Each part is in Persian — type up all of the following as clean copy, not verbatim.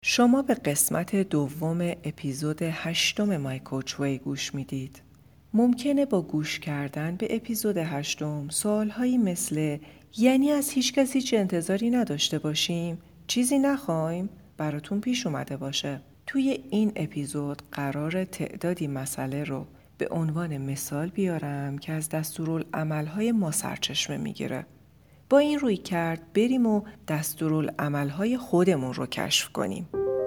شما به قسمت دوم اپیزود 8 مای کوچ وی گوش میدید. ممکنه با گوش کردن به اپیزود 8 سوالهایی مثل یعنی از هیچ کسی هیچ انتظاری نداشته باشیم؟ چیزی نخوایم؟ براتون پیش اومده باشه. توی این اپیزود قرار تعدادی مسئله رو به عنوان مثال بیارم که از دستورالعمل‌های ما سرچشمه میگیره. با این روی کرد بریم و دستورالعمل‌های خودمون رو کشف کنیم.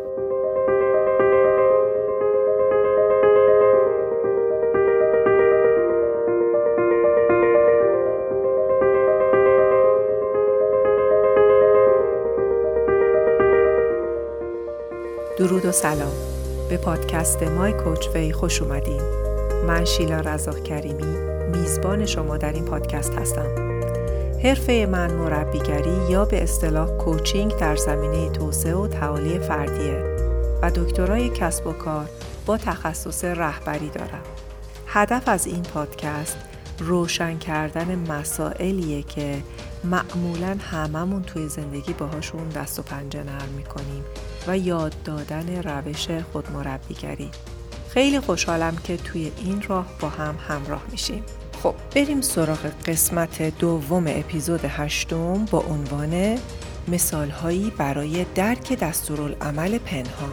درود و سلام. به پادکست مای کوچ وی خوش اومدین. من شیلا رزاق کریمی میزبان شما در این پادکست هستم. حرفه من مربیگری یا به اصطلاح کوچینگ در زمینه توسعه و تعالی فردیه و دکترای کسب و کار با تخصص رهبری دارم. هدف از این پادکست روشن کردن مسائلیه که معمولاً هممون توی زندگی باهاشون دست و پنجه نرم میکنیم و یاد دادن روش خودمربیگری. خیلی خوشحالم که توی این راه با هم همراه میشیم. خب بریم سراغ قسمت دوم اپیزود 8 با عنوان مثالهایی برای درک دستورالعمل پنهان.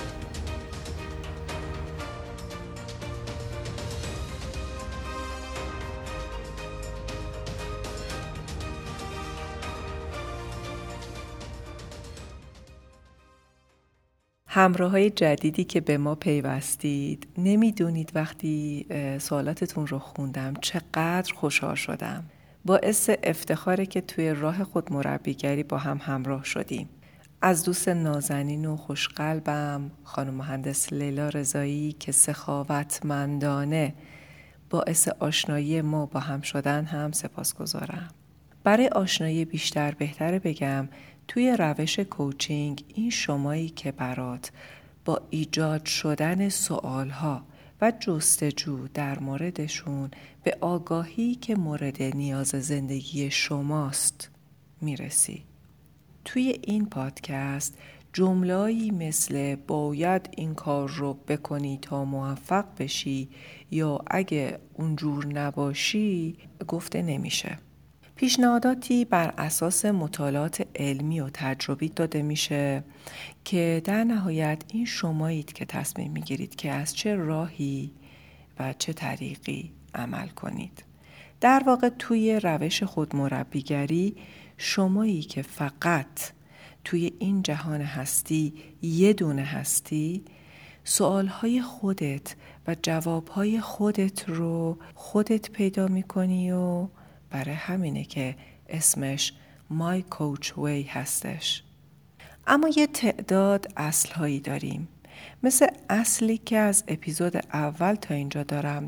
همراهای جدیدی که به ما پیوستید نمیدونید وقتی سوالاتتون رو خوندم چقدر خوشحال شدم. باعث افتخاره که توی راه خود مربیگری با هم همراه شدیم. از دوست نازنین و خوشقلبم خانم مهندس لیلا رضایی که سخاوتمندانه باعث آشنایی ما با هم شدن هم سپاسگزارم. برای آشنایی بیشتر بهتره بگم توی روش کوچینگ این شمایی که برات با ایجاد شدن سوالها و جستجو در موردشون به آگاهی که مورد نیاز زندگی شماست میرسی. توی این پادکست جمله‌ای مثل باید این کار رو بکنی تا موفق بشی یا اگه اونجور نباشی گفته نمیشه. پیشنهاداتی بر اساس مطالعات علمی و تجربی داده میشه که در نهایت این شمایید که تصمیم میگیرید که از چه راهی و چه طریقی عمل کنید. در واقع توی روش خودمربیگری شمایی که فقط توی این جهان هستی یه دونه هستی، سوالهای خودت و جوابهای خودت رو خودت پیدا میکنی و برای همینه که اسمش مای کوچ وی هستش. اما یه تعداد اصلهایی داریم. مثل اصلی که از اپیزود اول تا اینجا دارم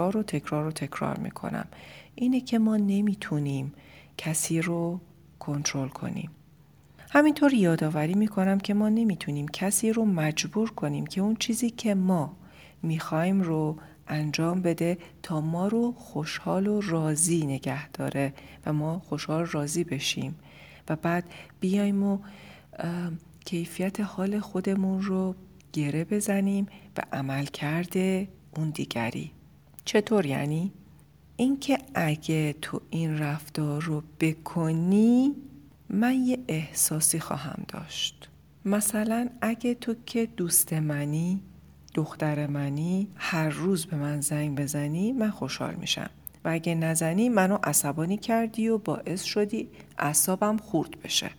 تکرار میکنم. اینه که ما نمیتونیم کسی رو کنترل کنیم. همینطور یادآوری میکنم که ما نمیتونیم کسی رو مجبور کنیم که اون چیزی که ما میخوایم رو انجام بده تا ما رو خوشحال و راضی نگه داره و ما خوشحال راضی بشیم و بعد بیایم و کیفیت حال خودمون رو گره بزنیم و عمل کرده اون دیگری. چطور یعنی؟ اینکه اگه تو این رفتار رو بکنی من یه احساسی خواهم داشت. مثلا اگه تو که دوست منی، دختر منی، هر روز به من زنگ بزنی من خوشحال میشم و اگه نزنی منو عصبانی کردی و باعث شدی اعصابم خورد بشه.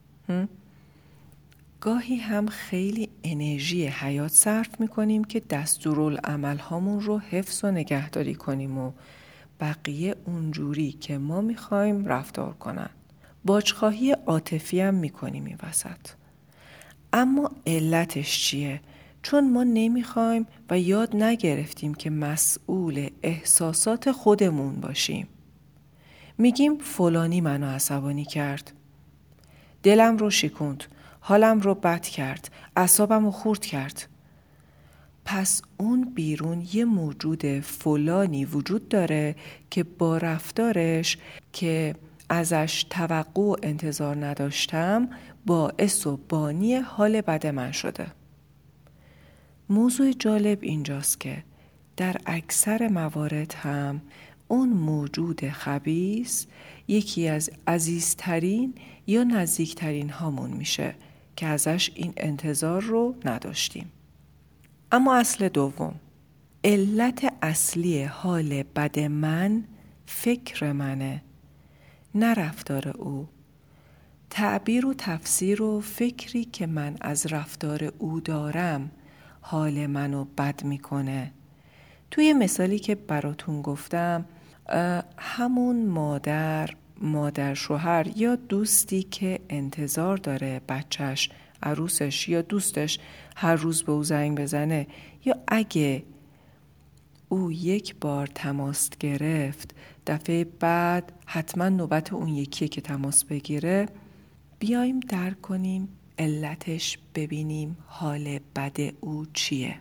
گاهی هم خیلی انرژی حیات صرف میکنیم که دستورالعمل هامون رو حفظ و نگهداری کنیم و بقیه اونجوری که ما میخوایم رفتار کنن. باجخواهی عاطفی هم میکنیم این وسط. اما علتش چیه؟ چون ما نمیخوایم و یاد نگرفتیم که مسئول احساسات خودمون باشیم. میگیم فلانی منو عصبانی کرد، دلم رو شکوند، حالم رو بد کرد، اعصابم رو خورد کرد. پس اون بیرون یه موجود فلانی وجود داره که با رفتارش که ازش توقع و انتظار نداشتم باعث و بانی حال بد من شده. موضوع جالب اینجاست که در اکثر موارد هم اون موجود خبیث یکی از عزیزترین یا نزدیکترین هامون میشه که ازش این انتظار رو نداشتیم. اما اصل دوم، علت اصلی حال بد من فکر منه، نه رفتار او. تعبیر و تفسیر و فکری که من از رفتار او دارم حال منو بد میکنه. توی مثالی که براتون گفتم، همون مادر شوهر یا دوستی که انتظار داره بچهش، عروسش یا دوستش هر روز به او زنگ بزنه، یا اگه او یک بار تماس گرفت دفعه بعد حتما نوبت اون یکیه که تماس بگیره، بیایم درک کنیم علتش، ببینیم حال بد او چیه.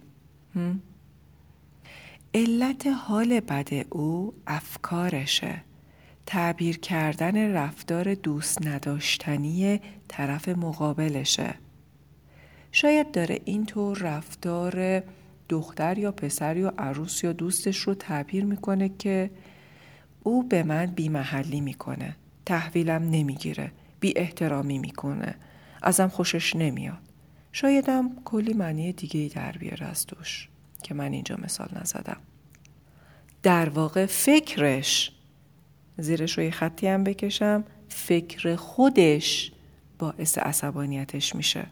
علت حال بد او افکارشه، تعبیر کردن رفتار دوست نداشتنی طرف مقابلشه. شاید داره اینطور رفتار دختر یا پسر یا عروس یا دوستش رو تعبیر میکنه که او به من بی محلی میکنه، تحویلم نمیگیره، بی احترامی میکنه، ازم خوشش نمیاد. شایدم کلی معنی دیگه‌ای در بیاره از توش که من اینجا مثال نزدم. در واقع فکرش، زیرش رو یه خطی هم بکشم، فکر خودش باعث عصبانیتش میشه.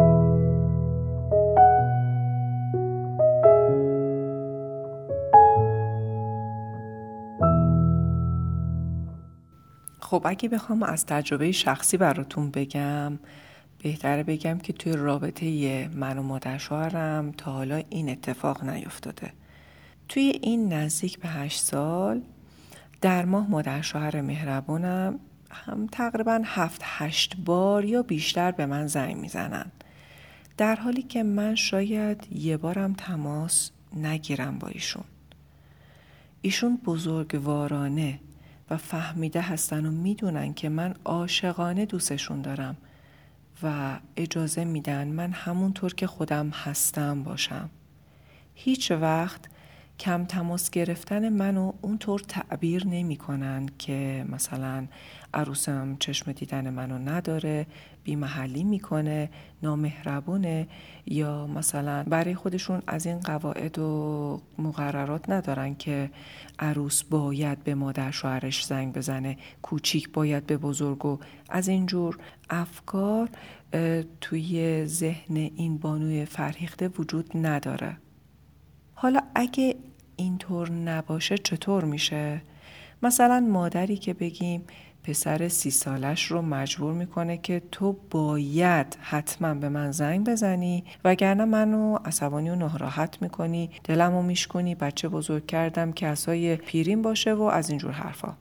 خب اگه بخوام از تجربه شخصی براتون بگم، بهتره بگم که توی رابطه من و مادر شوهرم تا حالا این اتفاق نیفتاده. توی این نزدیک به 8 سال در ماه مادر شوهر مهربونم هم تقریبا 7-8 بار یا بیشتر به من زنگ میزنن، در حالی که من شاید یه بارم تماس نگیرم با ایشون بزرگوارانه و فهمیده هستن و میدونن که من عاشقانه دوستشون دارم و اجازه میدن من همونطور که خودم هستم باشم. هیچ وقت کم تماس گرفتن منو اونطور تعبیر نمی کنن که مثلا عروسم چشم دیدن منو نداره، بی محلی میکنه، نامهربونه، یا مثلا برای خودشون از این قواعد و مقررات ندارن که عروس باید به مادر شوهرش زنگ بزنه، کوچیک باید به بزرگ، و از اینجور افکار توی ذهن این بانوی فرهیخته وجود نداره. حالا اگه اینطور نباشه چطور میشه؟ مثلا مادری که بگیم پسر 30 سالش رو مجبور میکنه که تو باید حتما به من زنگ بزنی وگرنه منو عصبانی و ناراحت میکنی، دلمو میشکنی، بچه بزرگ کردم که عصای پیرین باشه و از اینجور حرفا.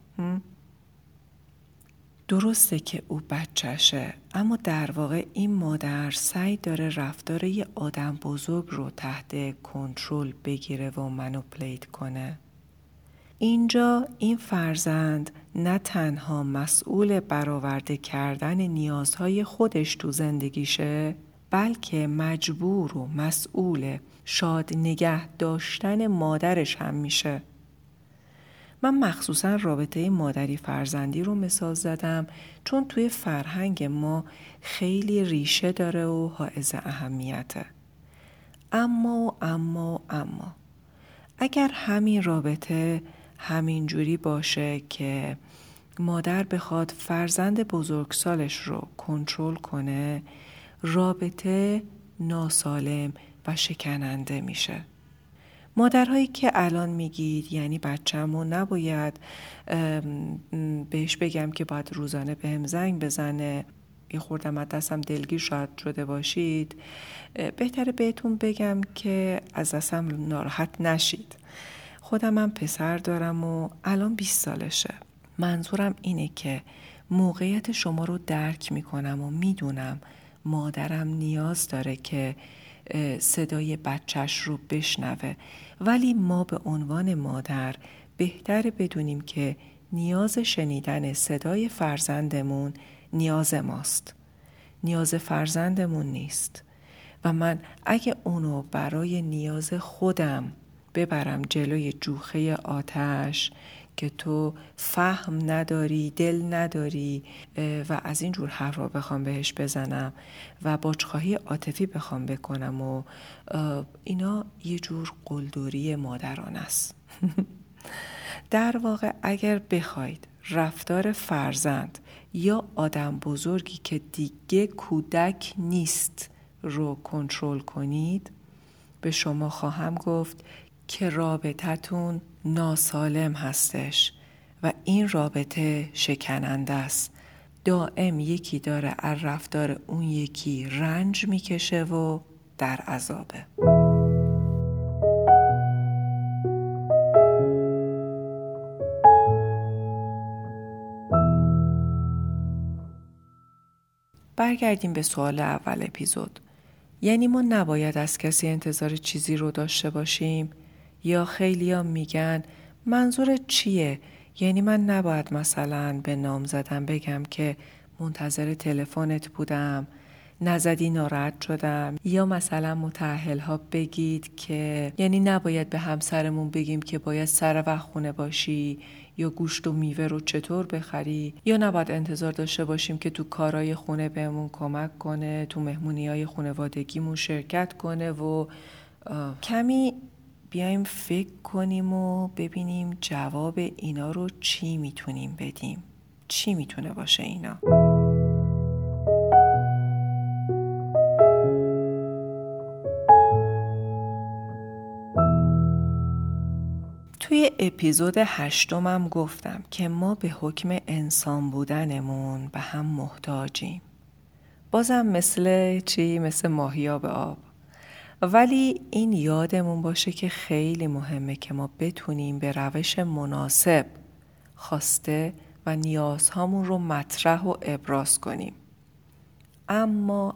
درسته که او بچهشه، اما در واقع این مادر سعی داره رفتار یه آدم بزرگ رو تحت کنترل بگیره و منوپلیت کنه. اینجا این فرزند نه تنها مسئول برآورده کردن نیازهای خودش تو زندگیشه، بلکه مجبور و مسئول شاد نگه داشتن مادرش هم میشه. من مخصوصا رابطه مادری فرزندی رو مثال زدم چون توی فرهنگ ما خیلی ریشه داره و حائز اهمیته. اما اگر همین رابطه همین جوری باشه که مادر بخواد فرزند بزرگسالش رو کنترل کنه، رابطه ناسالم و شکننده میشه. مادرهایی که الان میگید یعنی بچه‌مو نباید بهش بگم که باید روزانه بهم زنگ بزنه، یه خوردم از دستم دلگیر شاید شده باشید، بهتره بهتون بگم که از دستم ناراحت نشید. خودم هم پسر دارم و الان 20 سالشه. منظورم اینه که موقعیت شما رو درک میکنم و میدونم مادرم نیاز داره که صدای بچهش رو بشنوه، ولی ما به عنوان مادر بهتره بدونیم که نیاز شنیدن صدای فرزندمون نیاز ماست، نیاز فرزندمون نیست. و من اگه اونو برای نیاز خودم ببرم جلوی جوخه آتش که تو فهم نداری، دل نداری و از این جور حرفا بخوام بهش بزنم و باجخواهی عاطفی بخوام بکنم و اینا یه جور قلدری مادران است. در واقع اگر بخواید رفتار فرزند یا آدم بزرگی که دیگه کودک نیست رو کنترل کنید، به شما خواهم گفت که رابطتون ناسالم هستش و این رابطه شکننده است. دائم یکی داره از رفتار اون یکی رنج میکشه و در عذابه. برگردیم به سوال اول اپیزود. یعنی ما نباید از کسی انتظار چیزی رو داشته باشیم؟ یا خیلیا میگن منظورت چیه؟ یعنی من نباید مثلا به نامزدم بگم که منتظر تلفنت بودم، نزدی ناراحت شدم، یا مثلا متأهل‌ها بگید که یعنی نباید به همسرمون بگیم که باید سر وقت خونه باشی یا گوشت و میوه رو چطور بخری، یا نباید انتظار داشته باشیم که تو کارهای خونه بهمون کمک کنه، تو مهمونی‌های خانوادگیمون شرکت کنه و کمی بیایم فکر کنیم و ببینیم جواب اینا رو چی میتونیم بدیم. چی میتونه باشه اینا؟ توی اپیزود 8 هم گفتم که ما به حکم انسان بودنمون به هم محتاجیم. بازم مثل ماهیا به آب. ولی این یادمون باشه که خیلی مهمه که ما بتونیم به روش مناسب خواسته و نیازهامون رو مطرح و ابراز کنیم. اما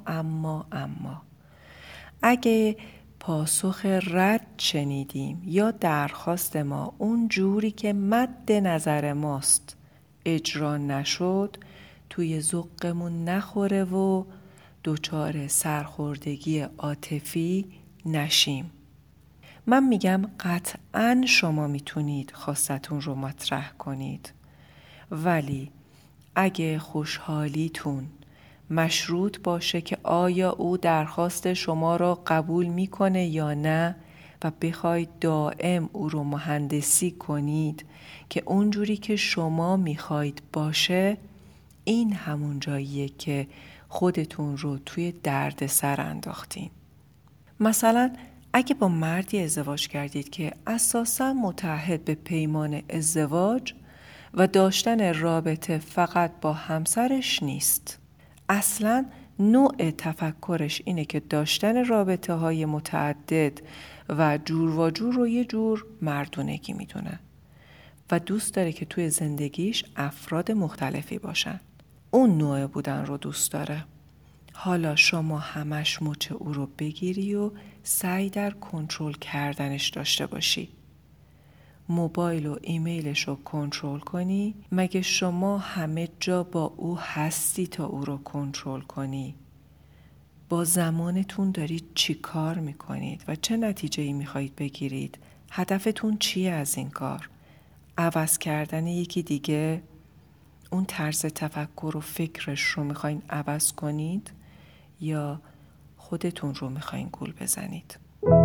اگه پاسخ رد شنیدیم یا درخواست ما اون جوری که مد نظر ماست اجرا نشد، توی ذوقمون نخوره و دچار سرخوردگی عاطفی نشیم. من میگم قطعاً شما میتونید خواستتون رو مطرح کنید، ولی اگه خوشحالیتون مشروط باشه که آیا او درخواست شما را قبول میکنه یا نه و بخواید دائم او رو مهندسی کنید که اونجوری که شما میخواید باشه، این همون جاییه که خودتون رو توی درد سر انداختین. مثلا اگه با مردی ازدواج کردید که اساساً متعهد به پیمان ازدواج و داشتن رابطه فقط با همسرش نیست، اصلاً نوع تفکرش اینه که داشتن رابطه های متعدد و جور و جور رو یه جور مردونگی میدونه و دوست داره که توی زندگیش افراد مختلفی باشن. اون نوع بودن رو دوست داره. حالا شما همش مچ او رو بگیری و سعی در کنترل کردنش داشته باشی. موبایل و ایمیلش رو کنترل کنی؟ مگه شما همه جا با او هستی تا او رو کنترل کنی؟ با زمانتون دارید چی کار میکنید و چه نتیجه‌ای میخواهید بگیرید؟ هدفتون چیه از این کار؟ عوض کردن یکی دیگه؟ اون طرز تفکر و فکرش رو میخواین عوض کنید یا خودتون رو میخواین گول بزنید؟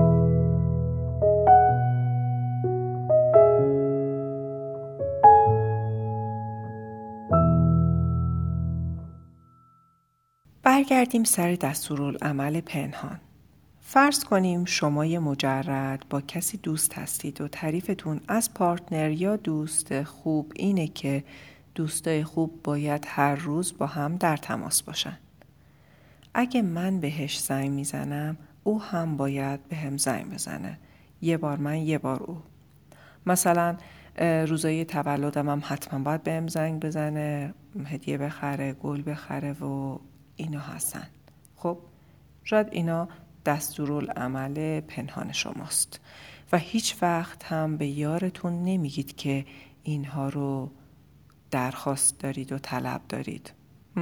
برگردیم سر دستورالعمل پنهان. فرض کنیم شما یه مجرد با کسی دوست هستید و تعریفتون از پارتنر یا دوست خوب اینه که دوستای خوب باید هر روز با هم در تماس باشن. اگه من بهش زنگ میزنم، او هم باید بهم زنگ بزنه. یه بار من، یه بار او. مثلا روزای تولدم هم حتما باید بهم زنگ بزنه، هدیه بخره، گل بخره و اینا هستن. خب شاید اینا دستورالعمل پنهان شماست و هیچ وقت هم به یارتون نمیگید که اینها رو درخواست دارید و طلب دارید.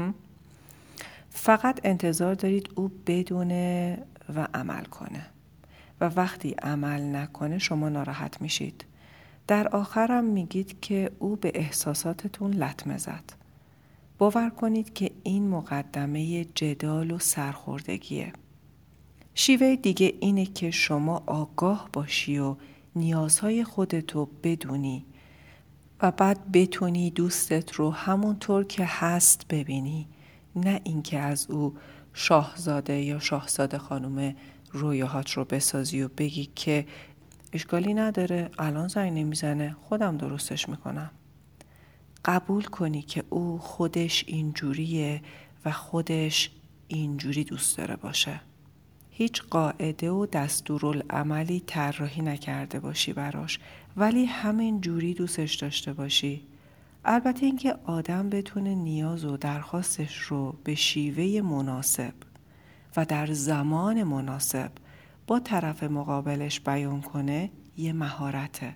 فقط انتظار دارید او بدونه و عمل کنه و وقتی عمل نکنه شما ناراحت میشید. در آخرم میگید که او به احساساتتون لطمه زد. باور کنید که این مقدمه جدال و سرخوردگیه. شیوه دیگه اینه که شما آگاه باشی و نیازهای خودتو بدونی و بعد بتونی دوستت رو همونطور که هست ببینی، نه اینکه از او شاهزاده یا شاهزاده خانم رویاهات رو بسازی و بگی که اشکالی نداره، الان زنگ نمیزنه، خودم درستش میکنم. قبول کنی که او خودش اینجوریه و خودش اینجوری دوست داره باشه. هیچ قاعده و دستورالعملی طراحی نکرده باشی براش، ولی همین جوری دوستش داشته باشی. البته اینکه آدم بتونه نیاز و درخواستش رو به شیوه مناسب و در زمان مناسب با طرف مقابلش بیان کنه یه مهارته.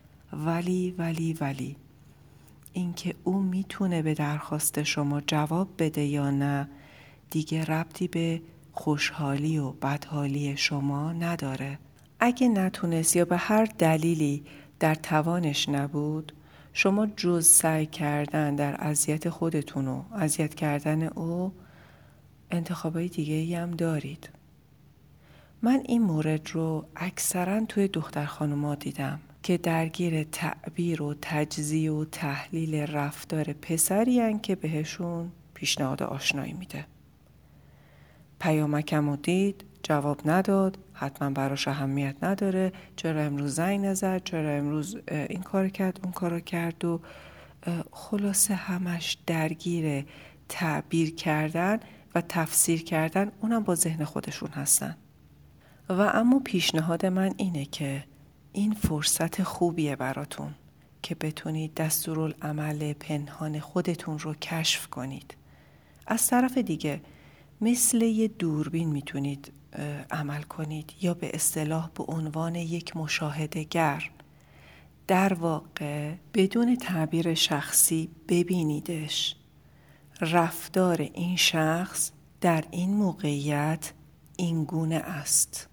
ولی اینکه او میتونه به درخواست شما جواب بده یا نه دیگه ربطی به خوشحالی و بدحالی شما نداره. اگه نتونست یا به هر دلیلی در توانش نبود، شما جز سعی کردن در اذیت خودتون و اذیت کردن او انتخابای دیگه‌ای هم دارید. من این مورد رو اکثراً توی دختر خانوما دیدم که درگیر تعبیر و تجزیه و تحلیل رفتار پسری هن که بهشون پیشنهاد آشنایی میده. پیامکم رو دید، جواب نداد، حتما براش اهمیت نداره، چرا امروز زنگ نزد، چرا امروز این کار کرد، اون کار کرد و خلاصه همش درگیر تعبیر کردن و تفسیر کردن، اونم با ذهن خودشون هستن. و اما پیشنهاد من اینه که این فرصت خوبیه براتون که بتونید دستورالعمل پنهان خودتون رو کشف کنید. از طرف دیگه مثل یه دوربین میتونید عمل کنید یا به اصطلاح به عنوان یک مشاهده‌گر. در واقع بدون تعبیر شخصی ببینیدش. رفتار این شخص در این موقعیت این گونه است.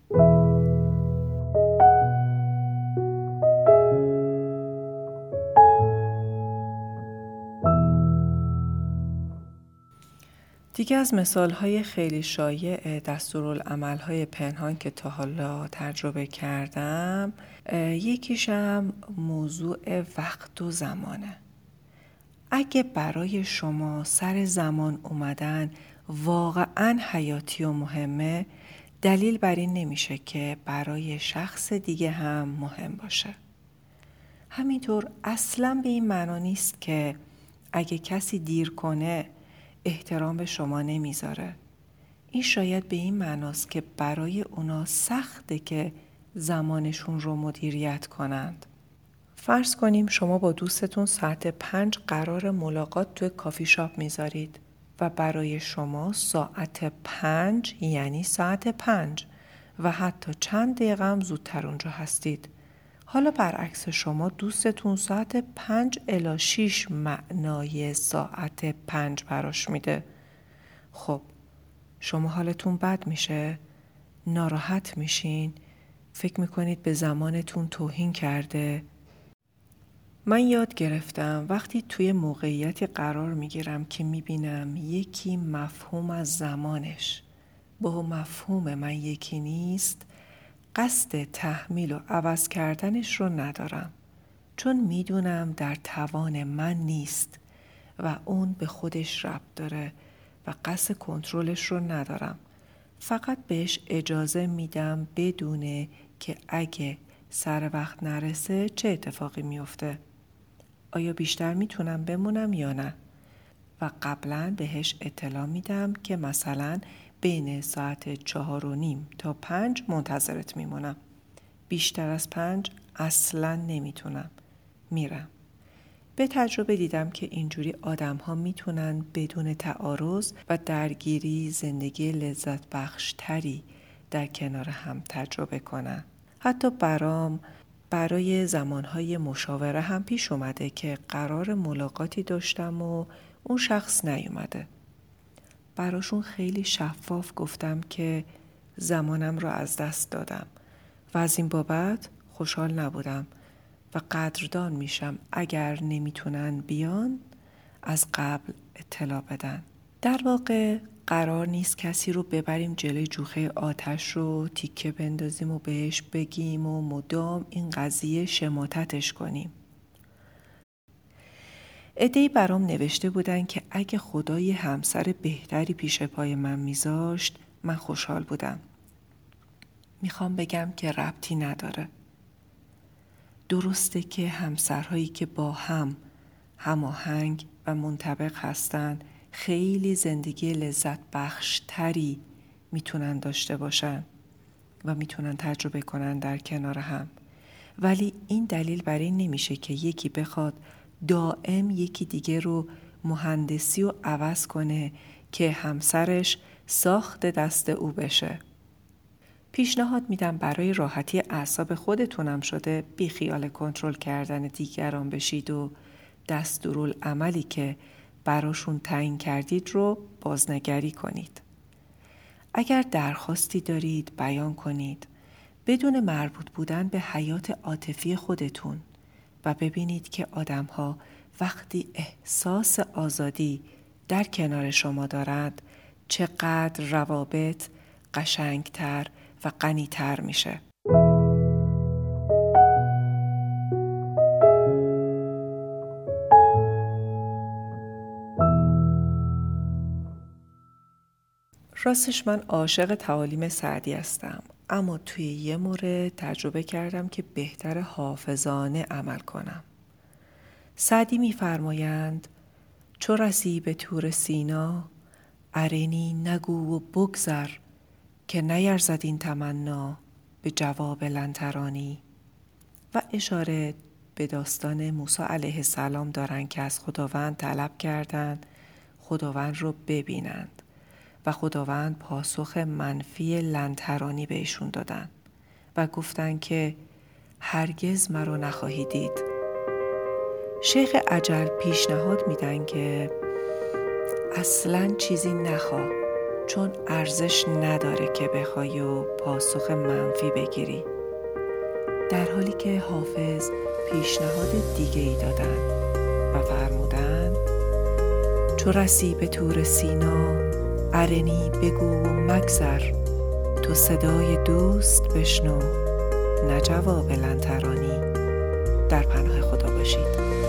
دیگه از مثال‌های خیلی شایع دستورالعمل‌های پنهان که تا حالا تجربه کردم، یکیشم موضوع وقت و زمانه. اگه برای شما سر زمان اومدن واقعاً حیاتی و مهمه، دلیل بر این نمیشه که برای شخص دیگه هم مهم باشه. همینطور اصلاً به این معنا نیست که اگه کسی دیر کنه احترام به شما نمیذاره. این شاید به این معناست که برای اونا سخته که زمانشون رو مدیریت کنند. فرض کنیم شما با دوستتون ساعت 5 قرار ملاقات توی کافی شاپ میذارید و برای شما ساعت 5 یعنی ساعت 5 و حتی چند دقیقه هم زودتر اونجا هستید. حالا برعکس شما دوستتون ساعت 5 الی 6 معنای ساعت 5 براش میده. خب شما حالتون بد میشه؟ ناراحت میشین؟ فکر میکنید به زمانتون توهین کرده؟ من یاد گرفتم وقتی توی موقعیتی قرار میگیرم که میبینم یکی مفهوم از زمانش با مفهوم من یکی نیست، قصد تحمیل و عوض کردنش رو ندارم، چون میدونم در توان من نیست و اون به خودش ربط داره و قصد کنترلش رو ندارم. فقط بهش اجازه میدم بدونه که اگه سر وقت نرسه چه اتفاقی میفته. آیا بیشتر میتونم بمونم یا نه؟ و قبلا بهش اطلاع میدم که مثلا بین ساعت 4:30 تا 5 منتظرت میمونم. بیشتر از 5 اصلا نمیتونم. میرم. به تجربه دیدم که اینجوری آدم ها میتونن بدون تعارض و درگیری زندگی لذت بخش تری در کنار هم تجربه کنن. حتی برام برای زمانهای مشاوره هم پیش اومده که قرار ملاقاتی داشتم و اون شخص نیومده. براشون خیلی شفاف گفتم که زمانم رو از دست دادم و از این بابت خوشحال نبودم و قدردان میشم اگر نمیتونن بیان از قبل اطلاع بدن. در واقع قرار نیست کسی رو ببریم جلوی جوخه آتش رو تیکه بندازیم و بهش بگیم و مدام این قضیه شماتتش کنیم. عده‌ای برام نوشته بودن که اگه خدای همسر بهتری پیش پای من میذاشت من خوشحال بودم. میخوام بگم که ربطی نداره. درسته که همسرهایی که با هم هماهنگ و منطبق هستن خیلی زندگی لذت بخش تری میتونن داشته باشن و میتونن تجربه کنن در کنار هم. ولی این دلیل بر این نمیشه که یکی بخواد دائم یکی دیگه رو مهندسی و عوض کنه که همسرش ساخت دست او بشه. پیشنهاد میدم برای راحتی اعصاب خودتونم شده بی خیال کنترل کردن دیگران بشید و دستورالعملی که براشون تعیین کردید رو بازنگری کنید. اگر درخواستی دارید بیان کنید بدون مربوط بودن به حیات عاطفی خودتون و ببینید که آدم‌ها وقتی احساس آزادی در کنار شما دارند چقدر روابط قشنگتر و غنی‌تر میشه. راستش من عاشق تعالیم سعدی هستم، اما توی یه مورد تجربه کردم که بهتر حافظانه عمل کنم. سعدی می‌فرمایند چو رسی به طور سینا ارنی نگو و بگذر که نیرزد این تمنا به جواب لن ترانی، و اشاره به داستان موسی علیه السلام دارن که از خداوند طلب کردند خداوند رو ببینند و خداوند پاسخ منفی لن ترانی بهشون دادن و گفتن که هرگز مرا نخواهی دید. شیخ عجل پیشنهاد میدن که اصلاً چیزی نخواه، چون ارزش نداره که بخوای و پاسخ منفی بگیری، در حالی که حافظ پیشنهاد دیگه ای دادن و فرمودن چو رسی به طور سینا ارنی بگو و مگذر، تو صدای دوست بشنو نه جواب لن ترانی. در پناه خدا باشید.